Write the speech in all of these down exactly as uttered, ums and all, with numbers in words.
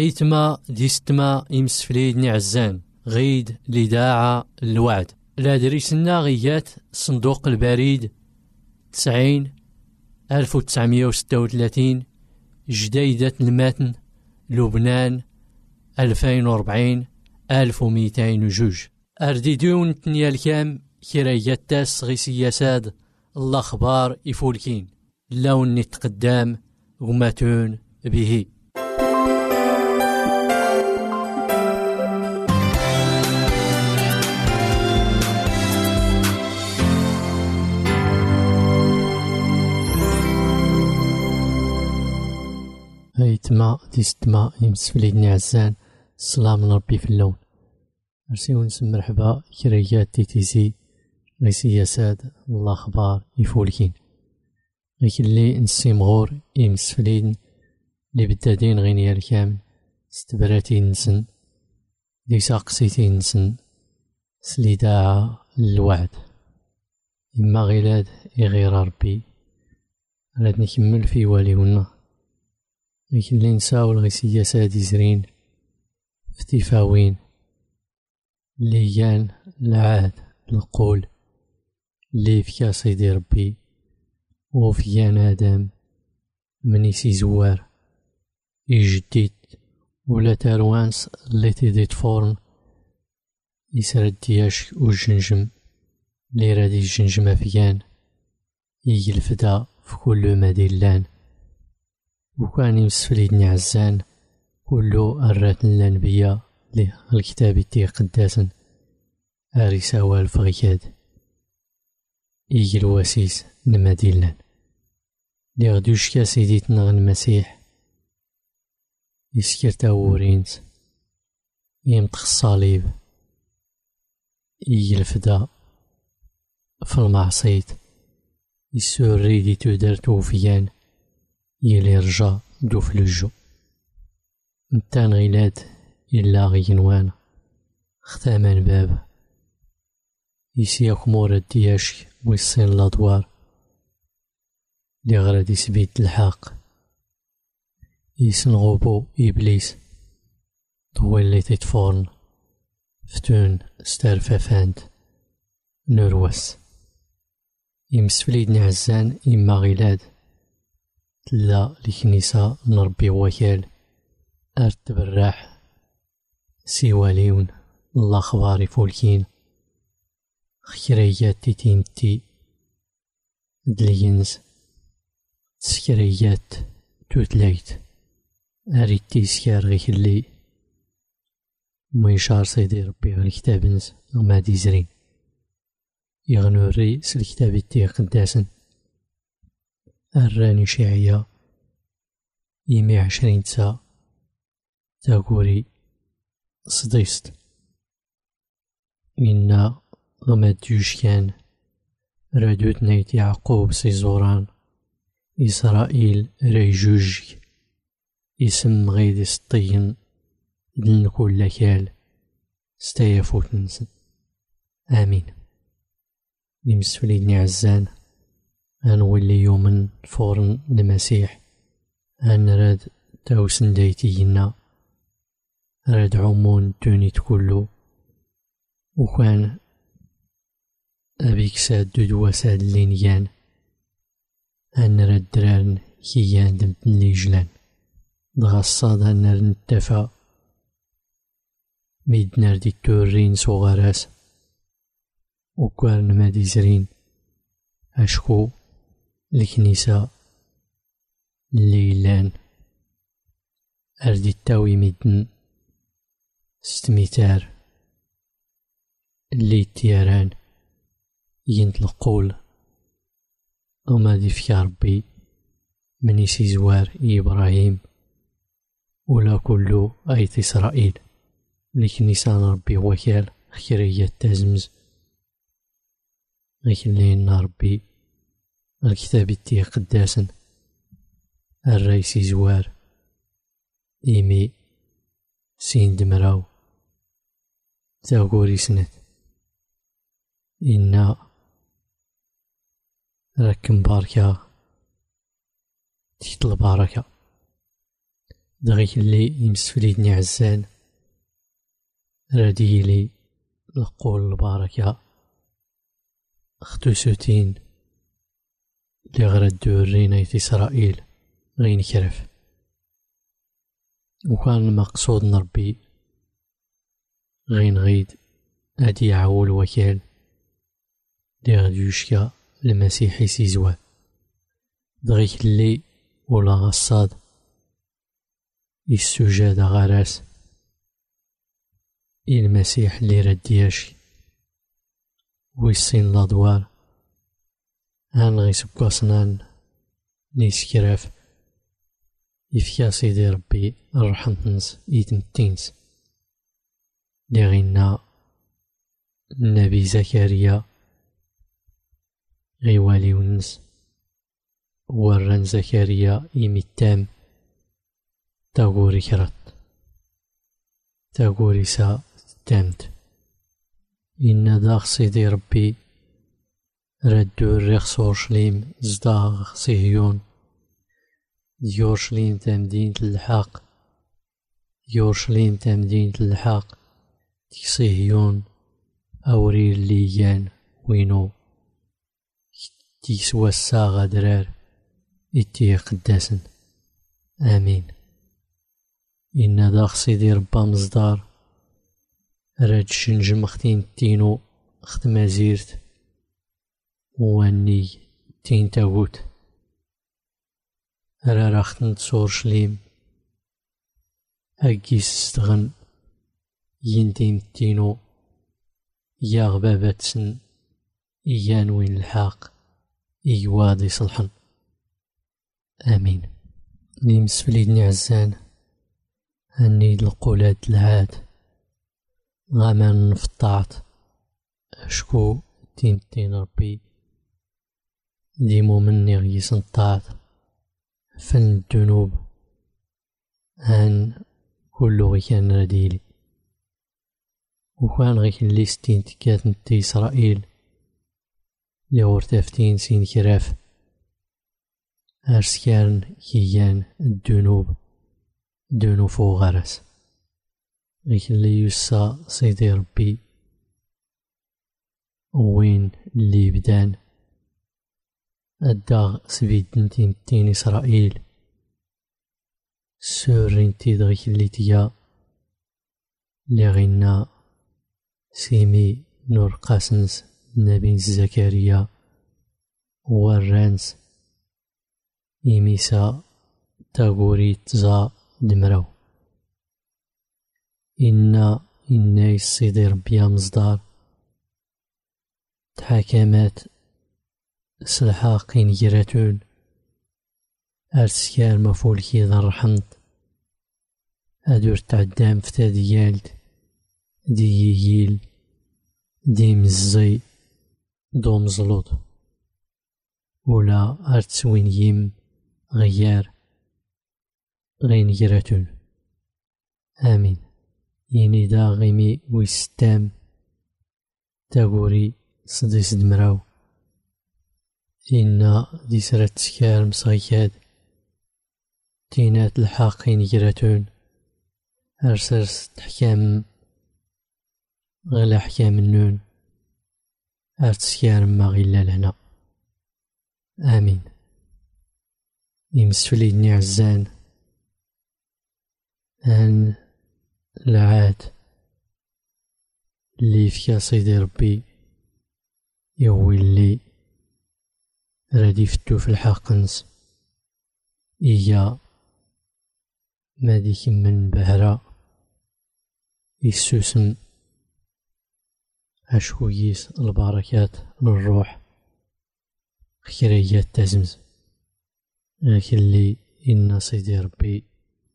أيتما ديستما إمسفليد نعزان غيد لداعة الوعد لا دريسنا غيات صندوق البريد تسعين ألف وتسعمية وستة وثلاثين جديدة المتن لبنان ألفين وربعين ألف ومئتين وجوج أرديدون تنيا الكام كرايات تاس غي سياساد الأخبار يفولكين لون نتقدام وماتون به. هيتما ديستما يمسفليد نعزان السلام من ربي في اللون مرسي ونسم مرحبا كريات تي تي سي غي سياسات الأخبار يفولكين لكن اللي نسيمغور يمسفلين اللي بدادين غينيا الكامل ستبراتي نسن دي ساقسيتي نسن سليداعة الوعد إما غيلاد يغير ربي غاد نكمل في واليونا لكن اللي نساول غي سياسات يزرين فتيفاوين اللي يان العهد نقول اللي فيا سيدي ربي وفيان آدم مني سي زوار يجديد ولا تاروانس اللي تيدي تفورن يسرد دياش والجنجم اللي رادي الجنجم فيان يجي الفدا في كل مدينلان وكان يمسفليد نعزان كلو أرات الأنبياء لي الكتاب تي قداسا أرساوى الفغياد يجي الواسيس نمدينلان لي غدوش كاسيدي تنغ المسيح يسكر تاورينت يمتخ الصليب يجي الفدا في المعصيت يسوري دي تودر توفيان يلي رجا دو في الجو نتان غيلاد إلا غينوان ختامان باب يسياك مورد دياشك ويصين الأدوار لي غراد يسبيت الحق يسنغوبو إبليس طويل لي تتفورن فتون ستارفافانت نورواس يمسفليد نعزان إما غيلاد تلا لكنيسة نربي وكال أرتب الراح سيواليون الأخبار يفولكين خكريات تيتيمتي دلينز تسكريات توتلايت أريد تيسكار غيك اللي ميشار سيدي ربي غير كتابنز وما ديزرين يغنوري سالكتاب تي قداسن الراني شيعية يمي عشرين تسا تاكوري صديست إنا غماد جوش كان رادوت نيت يعقوب سيزوران إسرائيل ريجوج اسم غيد سطين دلن كل كال ستايفوت نسن آمين لمسفليدني عزان أنولي يومن فورن المسيح أن راد تاوسن دايتينا راد عمون تونيت كلو وكان أبيك ساد دودوا ساد لينيان أن راد درارن كيان دمتن ليجلان دغصاد أن راد نتفا ميد ناردي التورين صغاراس وكوارن مادي زرين أشكو الكنيسة الليلان أردي التاوي ميدن ستميتار اللي تياران ينطلقول وما دي في ربي مني سيزوار إبراهيم ولا كله أيت إسرائيل لكنيسة ربي وكال خيرية تازمز لكن لين ربي الكتاب تي قداسا الرئيس زوار إيمي سين دمراو تاغوري سنت إنا ركن باركا تحت البركة دغيك اللي يمسفليدني عزان راديلي القول البركة اختوسوتين اللي غرد دورينا في إسرائيل غين كرف. وكان المقصود نربي غين غيد هادي يعول وكال اللي غادي يشكى المسيح يسيزوه دغيك اللي ولا غصاد السجاد غراس المسيح اللي ردياش ويسين الادوار هان غيسبقو صنان نيس كراف يفيا سيدي ربي الرحمتنس يتمتينس لي غينا النبي زكريا غيوالي ونس وران زكريا يمتام تاغوري كرات تاغوري سا تامت إن داغ سيدي ربي ردو الريخ أورشليم زداغ صهيون ديورشليم تمدينة الحق ديورشليم تمدينة الحق دي صهيون أورير ليان وينو تيسوى الساغة درار إتي قداسن آمين. إن داغ سيدي ربا مصدار راد شنجم ختين تينو خت مازيرت واني تين تاغوت را راختن تصورشليم أكيس استغن ينتيم تينو يا غباباتسن إيان وين الحاق إيوادي صلحن آمين. نيمس فليدني عزان هني القولات العاد غامان نفطعت أشكو تين تين ربي ديمو مني غيس نطاعت فن الذنوب هان كلو غي كان رديلي وكان غي اللي ستين تكات نتي إسرائيل لي غورتافتين سين كراف أرسكارن كيان الذنوب دونو فوق غرس غي اللي يسا سيدي ربي وين اللي بدان الداغ سبيد نتين تين إسرائيل سورين تيدغيك اللي تيا اللي غينا سيمي نور قاسنس نبي زكريا ورانس إميسا تاغوري تزا دمراو إنا إنا يسيدي ربي مصدار تحاكمات سلحاقين جراتون أرسكار مفول كيدا رحمت أدور تعدام فتاديالت دي ييل دي مزي دو مزلوط ولا أرتسوين يم غيار غين جراتون آمين. يني دا غيمي ويستام تاغوري صديس دمراو إنا دي سرات سكار مصغيكاد تينات الحاقين جراتون أرسرس تحكام غلا حكام النون أرتسكار ما غيلا لهنا آمين. يمسفليدني عزان أن العاد اللي فيا سيدي ربي يولي رادي فتو في الحقنس إيا ماديك من بهرة يسوسم أشويس البركات للروح خيريات تزمز لكن اللي إن سيدي ربي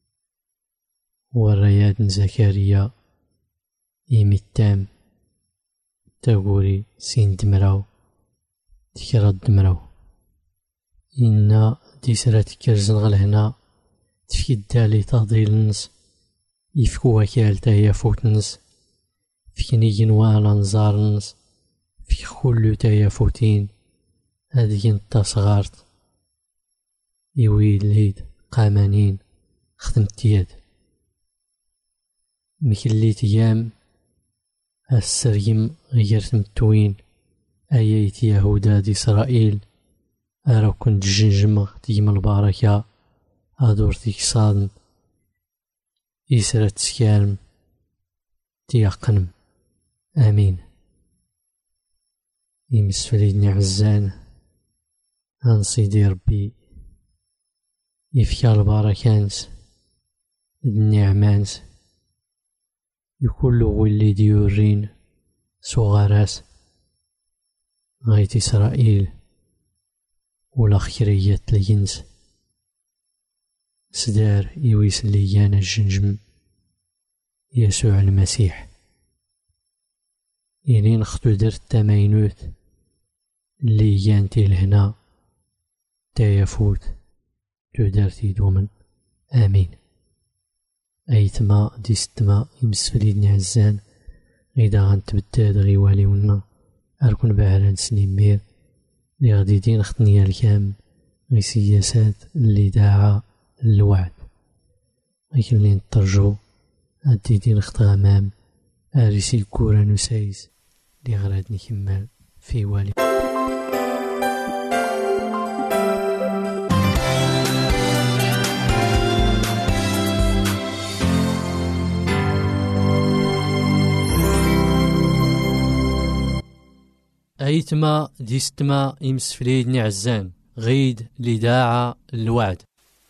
والرياد زكريا يمتام تاغوري سين دمراو تكرا دمراو إنا دي سرات كرزن غلهنا تفكي الدالي تهضيل نس يفكو وكال تايا فوتنس فيني جنوانا نزار نس في خلو تايا فوتين هادي نتا صغارت يويل ليد قامانين خدمت يد مكليت يام السريم غيرت متوين آيات يهودا دي إسرائيل أرى كنت جنجم ديما البركة أدور تيكصادن إسرة تسكالم تيقنم آمين. يمس فريدني عزان أنصيدي ربي يفكى البركانت النعمانت يكون ولي ديورين صغارات غايت إسرائيل والأخيرية لينس سدار يويس ليانا الجنجم يسوع المسيح إني نخطو درت تماينوت اللي يانتي لهنا تايفوت تدارتي دومن آمين. أيتما دي ستما يمسفليدني عزان غيدا غنتبداد غيوالي ونا أركن بعران سنيمير لي غادي دين خطنيا الكام غي سياسات اللي داعا الوعد غيكن لي نترجو أدي دين خط غمام أريسي كورا نسايس لي غرادني كمال في والي. أيتما ديستما يمسفليدني عزان غيد لداعة الوعد.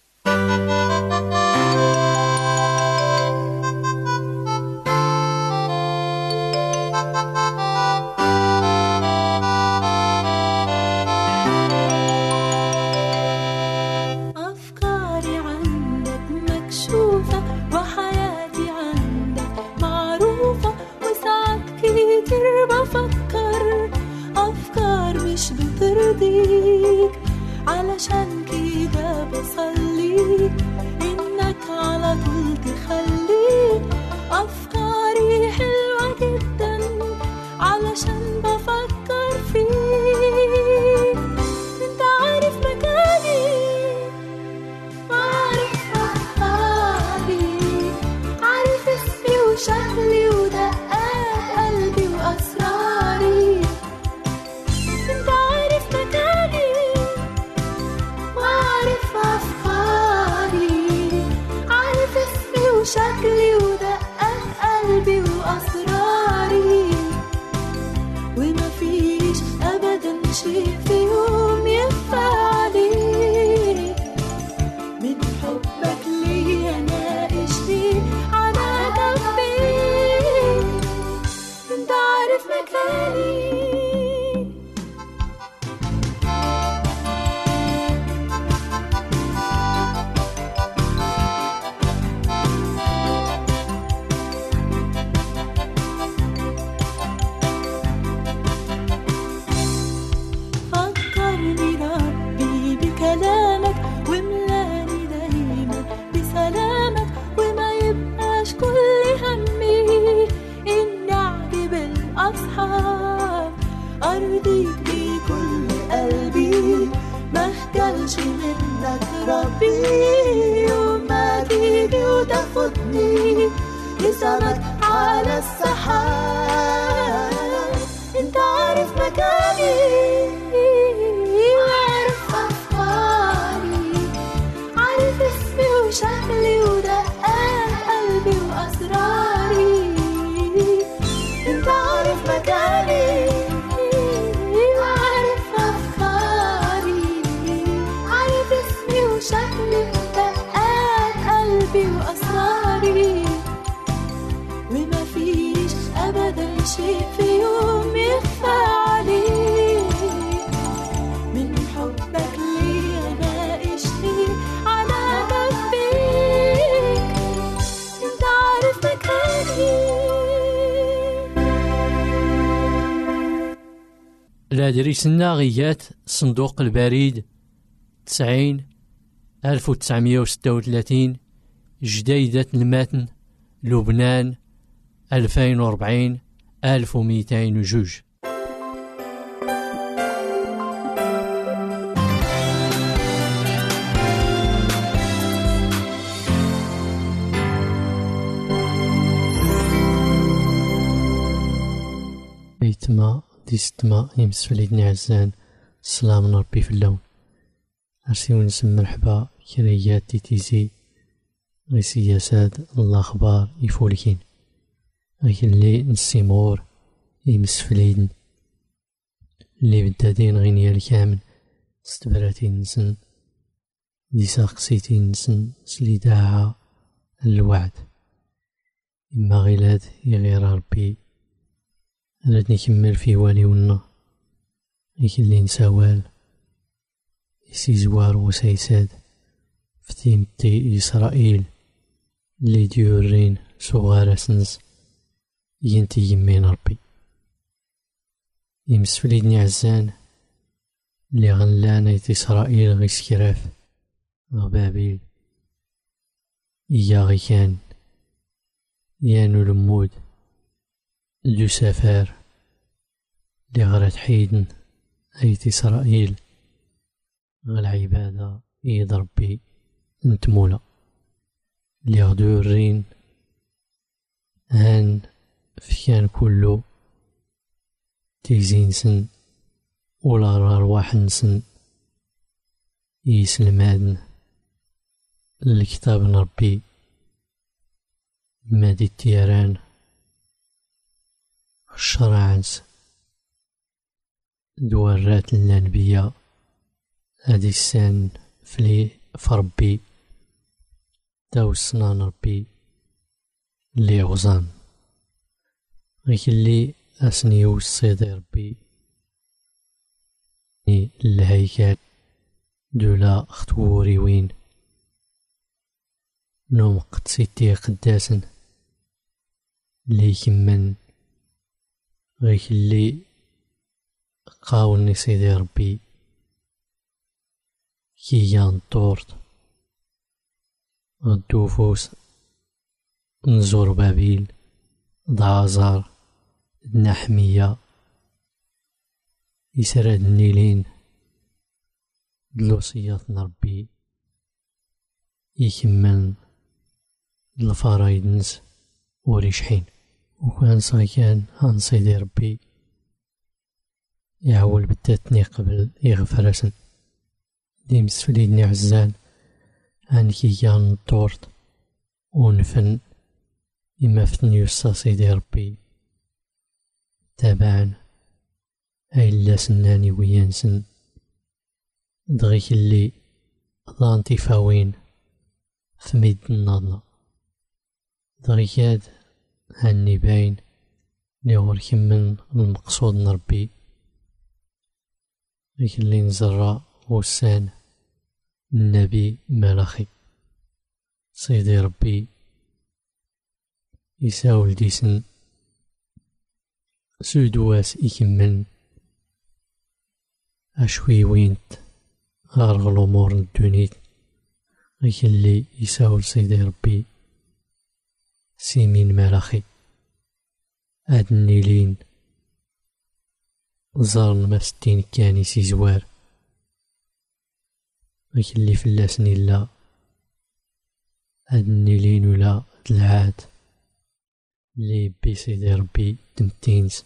أفكاري عندك مكشوفة وحياتي عندك معروفة وساعات كتير بفكر أفكار مش بترضيك علشان كده بصلي إنك على طول تخليك أفكاري حلوة جدا علشان بفكر فيك. انت عارف مكاني وعارف أفكاري عارف اسمي وشكلي ودقات قلبي وأسراري. انت عارف مكاني وعارف أفكاري عارف اسمي وشكلي ودقات قلبي وأسراري. وما فيش أبدا شيء في يوم يخفى عليك من حبك ليا ناقشني على جنبيك. انت عارف مكاني فكرني ربي بكلامك وملاني دايما بسلامك وما يبقاش كل همي إني أعجب الأصحاب أرضيك بكل قلبي ما اخجلش منك ربي وما تيجي وتاخدني لسمك على السحاب. انت عارف مكاني وعارف أفكاري عارف اسمي وشكلي ودقات قلبي وأسراري. انت عارف مكاني وعارف أفكاري عارف اسمي وشكلي ودقات قلبي وأسراري. وما فيش أبدا شيء في يوم يخفى عليك من حبك ليا ناقشني على جنبيك. انت عارف مكاني. الأدريسنا غيات صندوق البريد تسعين ألف وتسعمية وستة وثلاثين جديدة المتن لبنان ألفين وأربعين ألف ومئتين وجوج. بيتما دي ستما يمسفليدني عزان السلام من ربي في اللون أرسي ونسم مرحبا كريات دي تيزي غي سياسات الأخبار يفولكين غي اللي نسيمور يمسفليدن اللي بدادين غينيال كامل ستبراتي نسن دي ساقسيتي نسن سليداها الوعد إما غيلاد يغير ربي راد نكمل في والي ونا غيك اللي نساوال يسي زوار وسيساد فتيمتي إسرائيل اللي ديورين صغار سنس ينتي يمين ربي يمسفليدني عزان اللي غنلانا يتي إسرائيل غي سكراف غبابيل إيا غي كان يانو المود دو سفار اللي غرات حيدن أيتي إسرائيل غالعبادة إيد ربي نتمولا اللي غدو الرين هان فكان كلو تيزين سن ولا رواح نسن يسلمادن الكتاب نربي مادي التيران الشرعنس دوارات الأنبياء هادي السان فلي فربي داوسنا نربي اللي غزان غيك اللي أسني وصيدي ربي الهيكل دولا خطوري وين نوم قدسيتي قداسن اللي يكمن غيك اللي قاوني سيدي ربي كيان طورت غدوفوس نزور بابيل دعازار نحمية يسرد النيلين دلوسيات نربي يكمل الفرايدنس وريشحين وكان صايكان عن سيدي ربي يعول بداتني قبل يغفرسن ديم سفليدني عزان عن كيان الطورت ونفن إما فتن يسا سيدي ربي تابعا أي لا سناني ويانسن دغيك اللي ضانتي فاوين فميد النضلة دغيكاد هاني باين ليغور كمن المقصود نربي غيك اللي نزرع وسان النبي ملاخي سيدي ربي يساول ديسن سودواس يكمن أشوي وينت غارغ الأمور الدونيت غيك اللي يساول سيدي ربي سيمين ملاخي هاد النيلين زارن ما ستين كاني سي زوار غيك اللي فلاسن إلا هاد النيلين ولا العاد اللي بي سيدي ربي تمتينس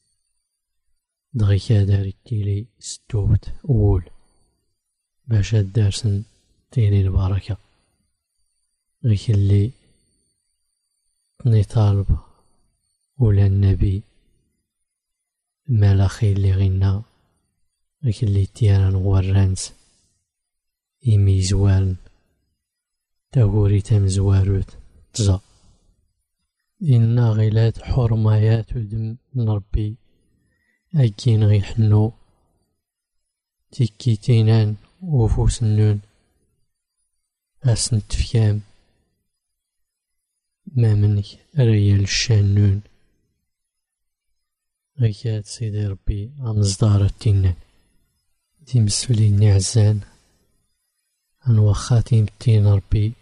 دغيكا داري تيلي ستوت أول باش دارسن تيلي البركة غيك اللي تني طالب ولا النبي ملاخي اللي غينا غيك اللي تيران غورانس إيمي زوارن تاغوري تام زواروت تزا إنا غيلات حرمايات ودم نربي أكين غيحنو تيكيتينان وفوس النون أسن تفكام ما منك ريال الشانون غيكات سيدي ربي أمزدار التنان تيمسفليني عزان أنوخاتي متين ربي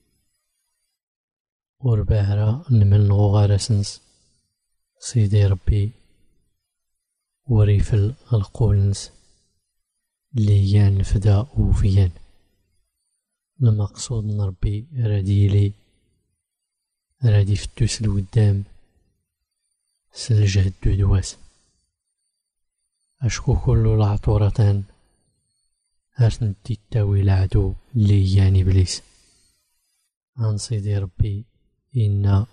ورباهرا نمن غوغارسنس سيدي ربي وريفل القولنس ليان فدا وفيان المقصود نربي راديلي رادي فتوس الودام سلجه الدودواس أشكو كل العطورتان أرسن تتاوي العدو اللي يعني بليس عن سيدي ربي إن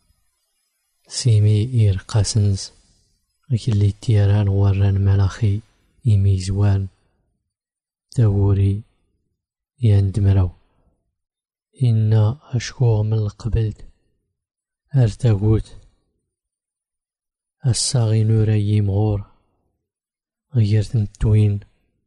سيمي إيرقاسنز اللي تيران وران ملاخي إميزوان تاوري يندمرو إن أشكو من القبل أرتاقوت الساغي نوري مغور غيرت التوين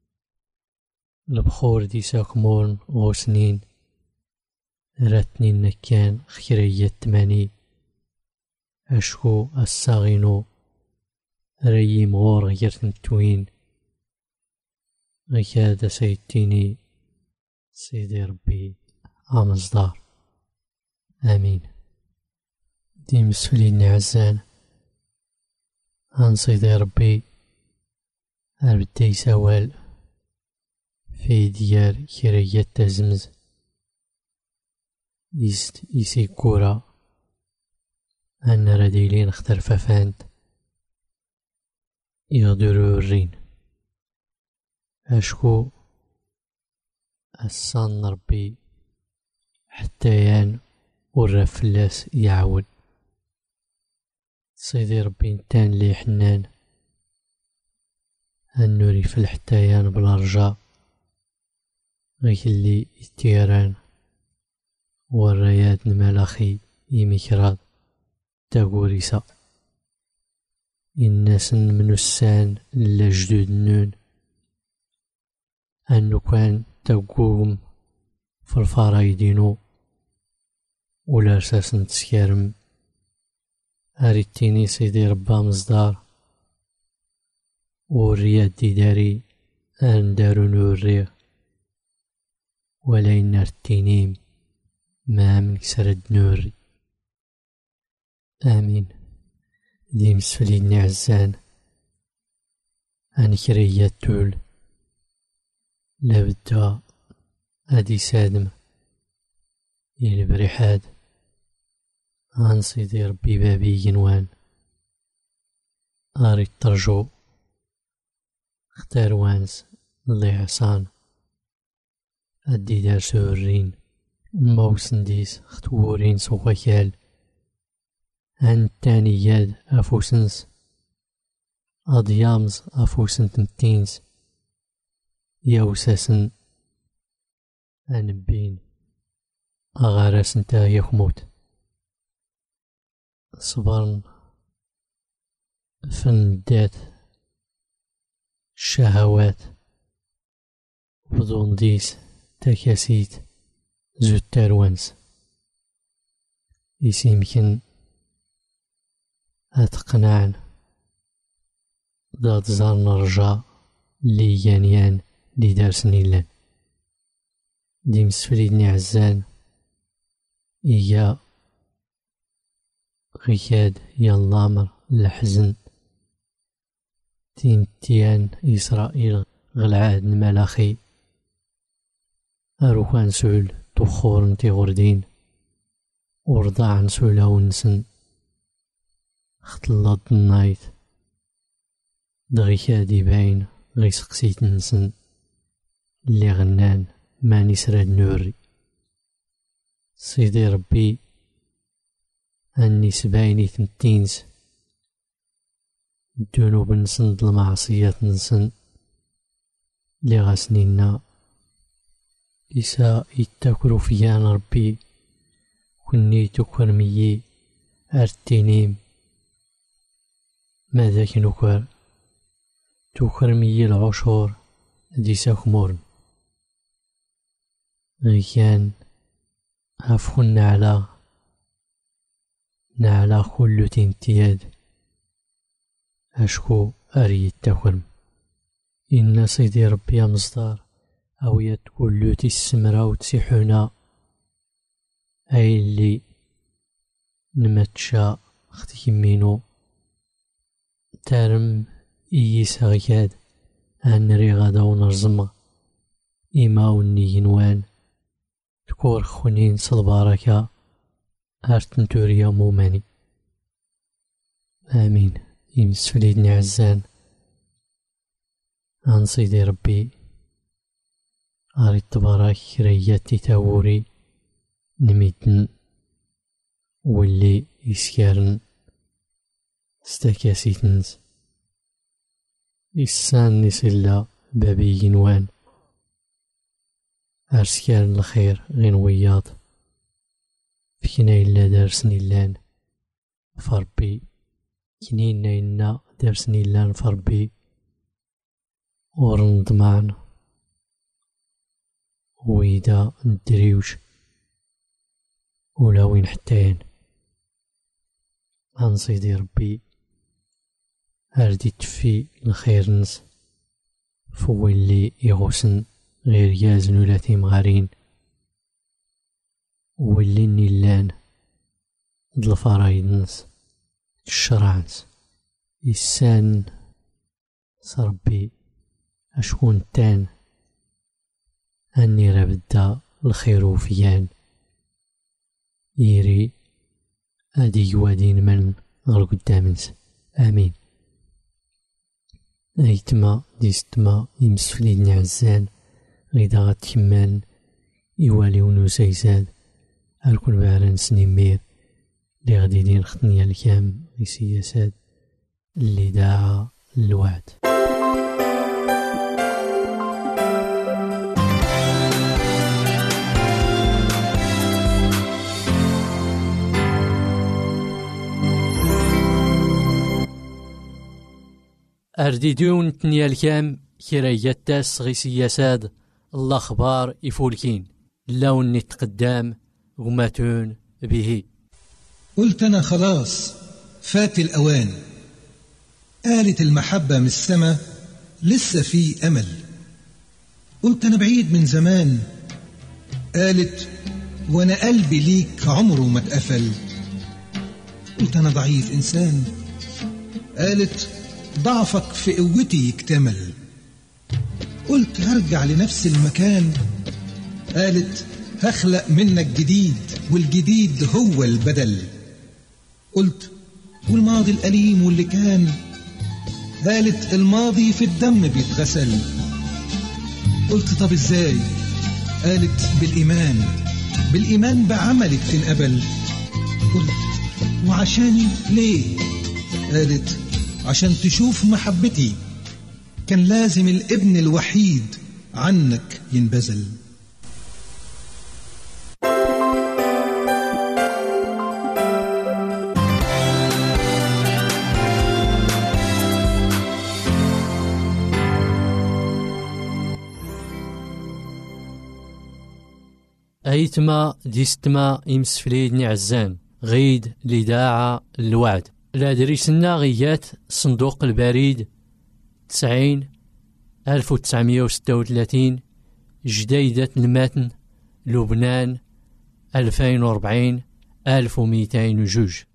البخور دي ساكمورن غوسنين راتني نكان خيرية تماني أشكو الساغينو ري مغور غيرت التوين غياد سيدتيني سيدي ربي أمصدار آمين. دي مسؤولين عزان عن سيدي ربي أربدي سوال في ديار كرية تزمز يست يسي كورا أن رديلين اختر ففانت يغدروا الرين أشكو الصان ربي حتى يان والرفلاس يعود سيدي ربي نتان لي حنان النوري في الحتايان بلا رجاء غيك اللي التيران والرياد الملاخي يمكراد تاقوريسا الناس من السان لا جدود النون أنو كان تاقوهم في الفرايدينو ولا رساس نتسكارم أريتيني سيدي ربا مصدار والرياد دي داري أن دارو نوريه ولا ينرتينيم ما من كسرد نوري آمين. دي مسفلين عزان أن كريات تول لابد أدي سادم يلي بريحاد عن سيدي ربي بابي جنوان أريد ترجو اختار وانس اللي عصان أدي دار سورين موسنديس اختورين سوخيال أن تاني ياد أفوسنس أضيامز أفوسن تنتينس يوسسن أنبين أغارس انتا يخموت صبرن فندات الشهوات بدون ديس تكاسيت زود تاروانس يسيمكن أتقنعن ذات زارن رجاء لي يانيان لي دارسني لان دي مسفليدني عزان إيا غياد يالامر الحزن تينتيان إسرائيل غلعاد الملاخي أروخان سول تخور تيغردين ورضاعن سولا ونسن اختلط النايت دغيكادي باين غيسقسيت نسن اللي غنان ما نسرد نوري سيدي ربي أني سبايني تنتينس الذنوب نسن المعصيات نسن اللي غاسنينا إسا يتاكرو فيان ربي كني تكر ميي أرتينيم ماذا كنكر تكر ميي العشور دي ساكمورن غيكان هفخن نعلا نعلا كل تنتياد أشكو أريد تكرم إن سيدي ربي مصدر أو يتكلو تسمرا وتسيحونا أي اللي نمتشا اختي مينو تارم إيسا غياد أنري غادا ونرزم إما وني ينوان تكور خونين صلباركا أرتن توريا موماني آمين. يمسفليدني عزان عن سيدي ربي أريد تبارك رياتي تاوري نميتن واللي يسكارن ستاكاسيتنز إسان نسلا بابي ينوان أرسكارن الخير غين وياض فينا إلا دارسني اللان فربي كنين إنا دارسني اللان فربي ورند معنا ويدا ندريوش ولا وين حتين عن سيدي ربي أردي تفي الخير نس فو اللي يغسن غير يازن ولا تيمغارين واللي نيلان دل فرايد نس الشرعنس إسان صربي أشكون تان أني ربدا الخير وفيان يري أدي وادين من غير قدامنس آمين. أيتما ديستما يمسفلين عزان غيدا غتكمان يواليون وسيساد أركون بارن سنيمير لي غادي دين خطنيا الكام غيسياساد اللي داعا الوعد. أرديدون تنيا الكام كرايات تاس غي سياساد الله خبار يفولكين اللون نتقدام غماتون به. قلت أنا خلاص فات الأوان، قالت المحبة من السما لسه في أمل. قلت أنا بعيد من زمان، قالت وأنا قلبي ليك عمره ما اتقفل. قلت أنا ضعيف إنسان، قالت ضعفك في قوتي يكتمل. قلت هرجع لنفس المكان، قالت هخلق منك جديد والجديد هو البدل. قلت والماضي الأليم واللي كان، قالت الماضي في الدم بيتغسل. قلت طب ازاي؟ قالت بالإيمان، بالإيمان بعملك تنقبل. قلت وعشاني ليه؟ قالت عشان تشوف محبتي كان لازم الابن الوحيد عنك ينبذل. أيتما ديستما يمسفليدني عزان غيد لداعة الوعد. لا دريسنا غيات صندوق البريد تسعين ألف وتسعمية وستة وثلاثين جديدة المتن لبنان ألفين وربعين ألف ومئتين وجوج.